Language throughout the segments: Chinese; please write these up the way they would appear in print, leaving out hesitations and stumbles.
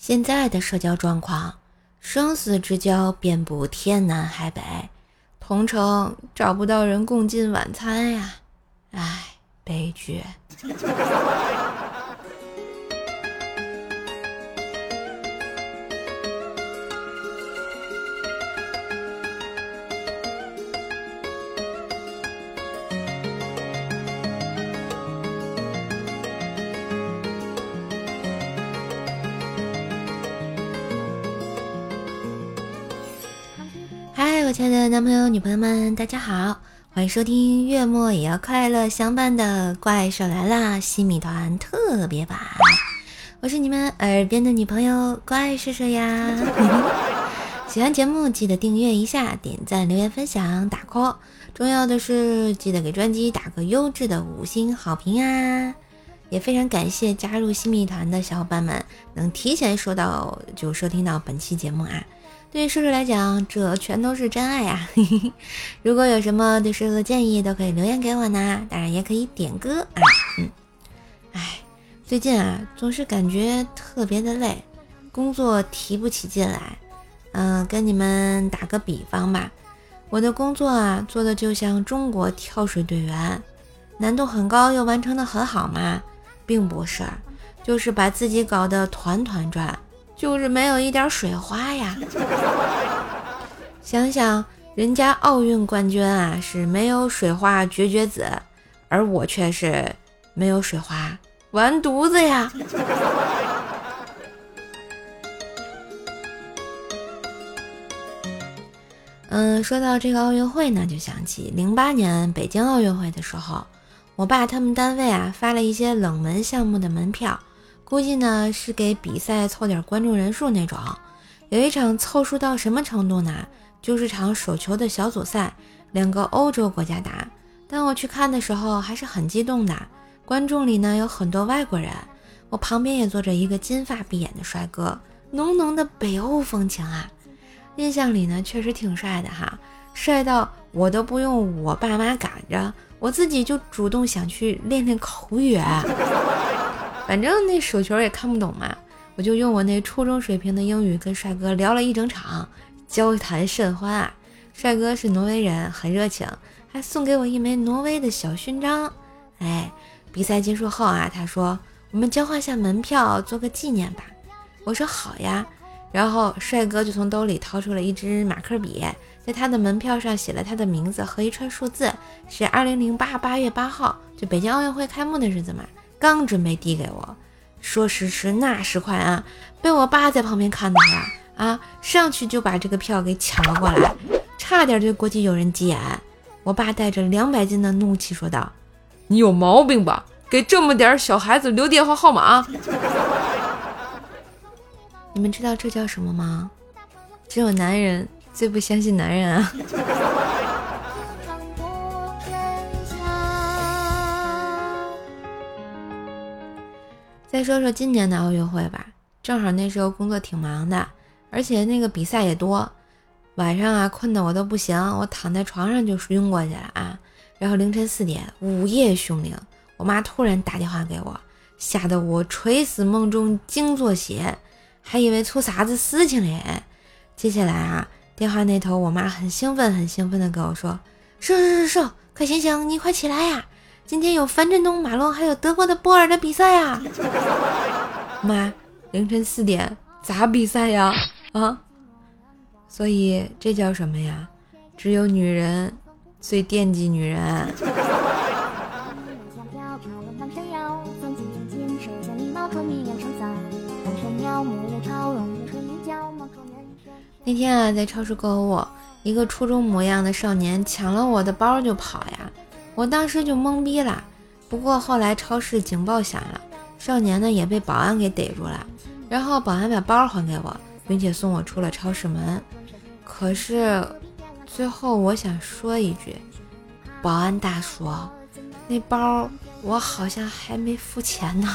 现在的社交状况，生死之交遍布天南海北，同城找不到人共进晚餐呀，唉，悲剧。嗨，我亲爱的男朋友女朋友们，大家好，欢迎收听月末也要快乐相伴的怪兽来啦新米团特别版，我是你们耳边的女朋友怪兽兽呀。喜欢节目记得订阅一下，点赞留言分享打 call， 重要的是记得给专辑打个优质的5星好评啊。也非常感谢加入新米团的小伙伴们能提前收听到本期节目啊，对叔叔来讲这全都是真爱啊。如果有什么对叔叔的建议都可以留言给我呢，当然也可以点歌啊。最近啊总是感觉特别的累，工作提不起劲来。跟你们打个比方吧，我的工作啊做的就像中国跳水队员，难度很高又完成的很好嘛，并不是，就是把自己搞得团团转，就是没有一点水花呀。想想人家奥运冠军啊是没有水花绝子，而我却是没有水花完犊子呀。说到这个奥运会呢，就想起08年北京奥运会的时候，我爸他们单位啊发了一些冷门项目的门票，估计呢是给比赛凑点观众人数那种。有一场凑数到什么程度呢，就是场手球的小组赛，2个欧洲国家打。当我去看的时候还是很激动的，观众里呢有很多外国人，我旁边也坐着一个金发碧眼的帅哥，浓浓的北欧风情啊。印象里呢确实挺帅的哈，帅到我都不用我爸妈赶着，我自己就主动想去练练口语。反正那手球也看不懂嘛，我就用我那初中水平的英语跟帅哥聊了一整场，交谈甚欢啊。帅哥是挪威人，很热情，还送给我一枚挪威的小勋章。比赛结束后啊，他说我们交换下门票做个纪念吧。我说好呀，然后帅哥就从兜里掏出了一支马克笔，在他的门票上写了他的名字和一串数字，是2008 8月8号，就北京奥运会开幕的日子嘛。刚准备递给我，说时迟那时快啊，被我爸在旁边看到了啊，上去就把这个票给抢了过来，差点对国际友人急眼。我爸带着200斤的怒气说道：你有毛病吧，给这么点小孩子留电话号码。你们知道这叫什么吗？只有男人最不相信男人啊。再说说今年的奥运会吧，正好那时候工作挺忙的，而且那个比赛也多，晚上啊困得我都不行，我躺在床上就晕过去了啊。然后凌晨4点，午夜凶铃，我妈突然打电话给我，吓得我垂死梦中惊坐起，还以为出啥子事情嘞。接下来啊，电话那头我妈很兴奋的跟我说，瘦，快醒醒，你快起来呀，今天有樊振东、马龙还有德国的波尔的比赛呀。妈，凌晨4点咋比赛呀？啊，所以这叫什么呀？只有女人最惦记女人。那天啊，在超市购物，一个初中模样的少年抢了我的包就跑呀，我当时就懵逼了。不过后来超市警报响了，少年呢也被保安给逮住了，然后保安把包还给我，并且送我出了超市门。可是最后我想说一句，保安大叔，那包我好像还没付钱呢。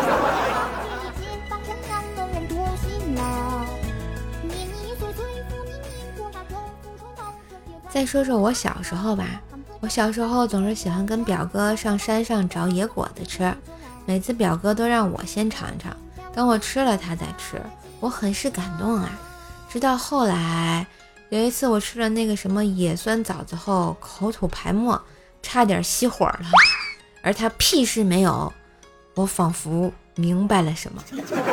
再说说我小时候吧，我小时候总是喜欢跟表哥上山上找野果子吃，每次表哥都让我先尝尝，等我吃了他再吃， 我很是感动啊。直到后来有一次我吃了那个什么野酸枣子后口吐白沫，差点熄火了，而他屁事没有，我仿佛明白了什么。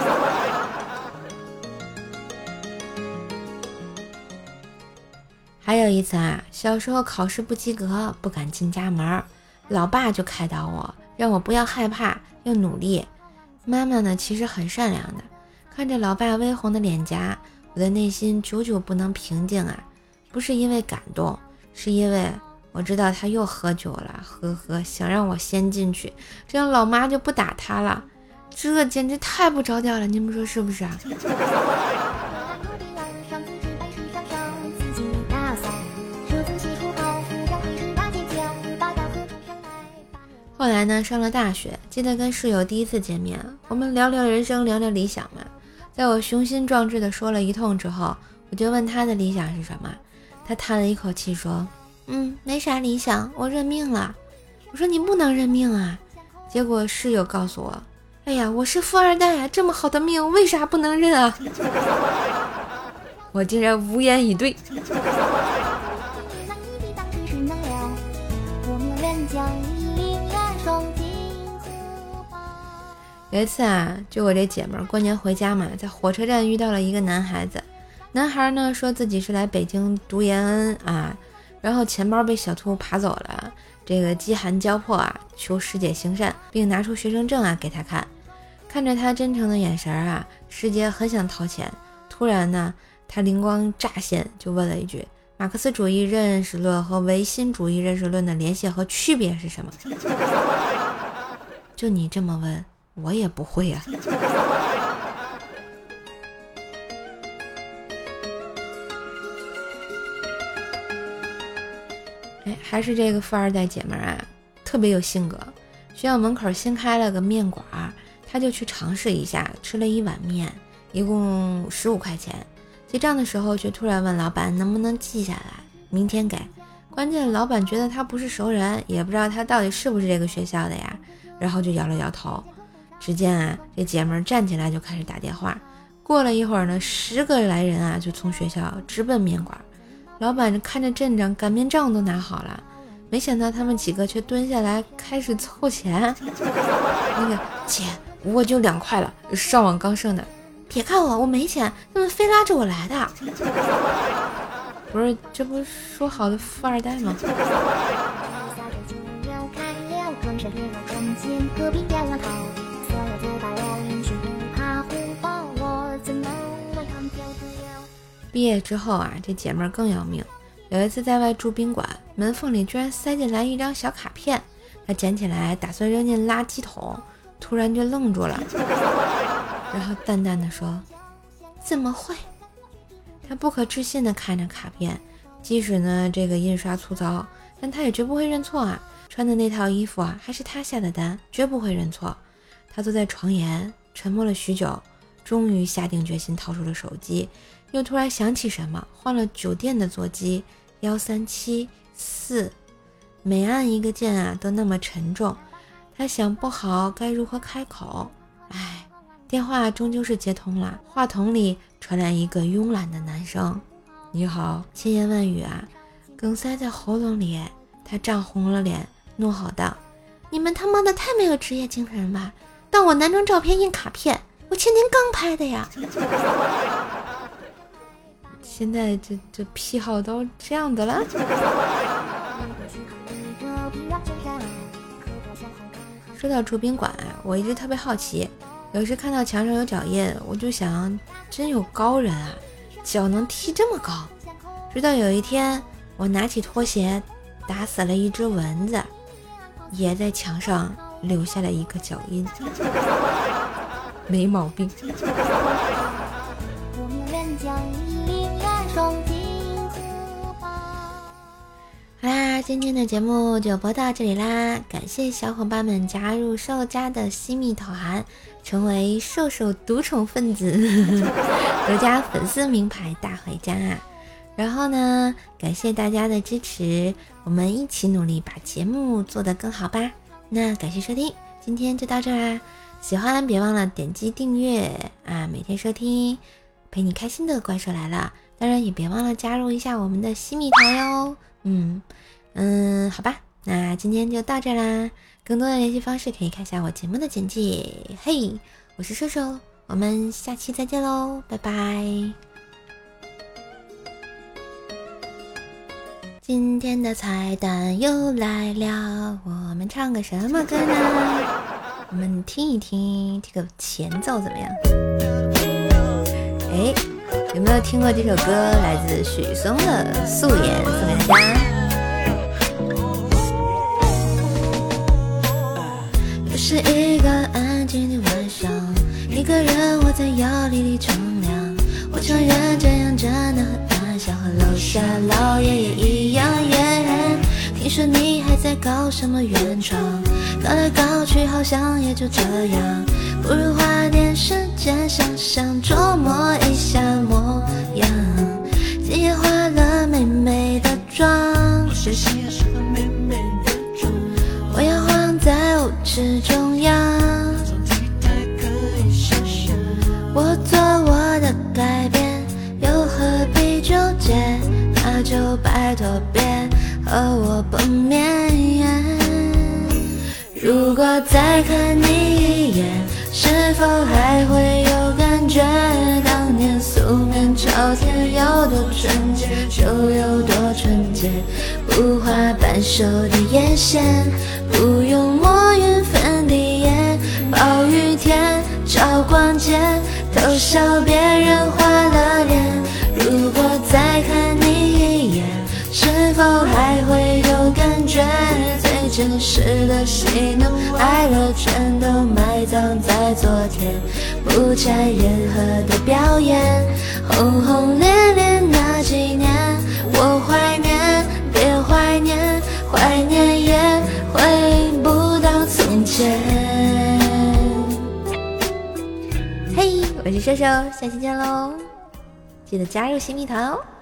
还有一次啊，小时候考试不及格，不敢进家门，老爸就开导我，让我不要害怕，要努力。妈妈呢，其实很善良的，看着老爸微红的脸颊，我的内心久久不能平静啊。不是因为感动，是因为我知道他又喝酒了，想让我先进去，这样老妈就不打他了。这简直太不着调了，你们说是不是啊？后来呢，上了大学，记得跟室友第一次见面，我们聊聊人生，聊聊理想嘛。在我雄心壮志的说了一通之后，我就问他的理想是什么，他叹了一口气说，没啥理想，我认命了。我说你不能认命啊。结果室友告诉我，哎呀，我是富二代啊，这么好的命为啥不能认啊？我竟然无言以对。有一次啊，就我这姐们儿过年回家嘛，在火车站遇到了一个男孩子。男孩呢说自己是来北京读研啊，然后钱包被小偷扒走了，这个饥寒交迫啊，求师姐行善，并拿出学生证啊给他看。看着他真诚的眼神啊，师姐很想掏钱。突然呢，他灵光乍现，就问了一句，马克思主义认识论和唯心主义认识论的联系和区别是什么？就你这么问，我也不会啊。还是这个富二代姐妹啊，特别有性格。学校门口新开了个面馆，她就去尝试一下，吃了一碗面，一共15块钱。结账的时候却突然问老板能不能记下来，明天给。关键老板觉得他不是熟人，也不知道他到底是不是这个学校的呀，然后就摇了摇头。只见啊，这姐们站起来就开始打电话。过了一会儿呢，10个来人啊就从学校直奔面馆。老板看着阵仗，擀面杖都拿好了，没想到他们几个却蹲下来开始凑钱。那个姐，我就2块了，上网刚剩的。别看我没钱，他们非拉着我来的。不是，这不是说好的富二代吗？毕业之后啊，这姐妹儿更要命。有一次在外住宾馆，门缝里居然塞进来一张小卡片，她捡起来打算扔进垃圾桶，突然就愣住了，然后淡淡的说，怎么会？她不可置信的看着卡片，即使呢这个印刷粗糙，但她也绝不会认错啊。穿的那套衣服啊，还是她下的单，绝不会认错。她坐在床沿，沉默了许久，终于下定决心掏出了手机，又突然想起什么，换了酒店的座机1374，每按一个键啊都那么沉重。她想不好该如何开口，电话终究是接通了，话筒里传来一个慵懒的男声，你好。千言万语啊梗塞在喉咙里，她涨红了脸，怒吼道，你们他妈的太没有职业精神了吧，当我男装照片印卡片，我前天刚拍的呀。现在这癖好都这样的了。说到住宾馆啊，我一直特别好奇，有时看到墙上有脚印，我就想真有高人啊，脚能踢这么高。直到有一天我拿起拖鞋打死了一只蚊子，也在墙上留下了一个脚印。没毛病。好啦，今天的节目就播到这里啦，感谢小伙伴们加入兽家的西密讨函，成为兽兽独宠分子，独家粉丝名牌大回家啊！然后呢，感谢大家的支持，我们一起努力把节目做得更好吧。那感谢收听，今天就到这啦， 喜欢别忘了点击订阅啊，每天收听陪你开心的怪兽来了。当然也别忘了加入一下我们的西米团哟。好吧，那今天就到这啦。更多的联系方式可以看一下我节目的简介。嘿，我是瘦瘦，我们下期再见喽，拜拜。今天的彩蛋又来了，我们唱个什么歌呢？我们听一听这个前奏怎么样？有没有听过这首歌？来自许嵩的《素颜》，送给大家。又是一个安静的晚上，一个人窝在摇篮里乘凉。我承认这样真的很难，想和楼下老爷爷一样严。听说你还在搞什么原创，搞来搞去好像也就这样，不如花点时间想想琢磨一下模样。今夜化了美美的妆，我摇晃在舞池中央，我做我的改变，又何必纠结？那就拜托别和我碰面。如果再看你一眼，是否还会有感觉？当年素面朝天有多纯洁就有多纯洁，不画半熟的眼线，不用抹匀粉底液，暴雨天找逛街偷笑别人花了脸。如果再看你一眼，是否还会有感觉？最真实的喜怒哀乐全都埋葬在昨天，不掺任何的表演。轰轰烈烈那几年，我怀念，别怀念，怀念也回不到从前。嘿，我是瘦瘦，下期见喽！记得加入新蜜团哦。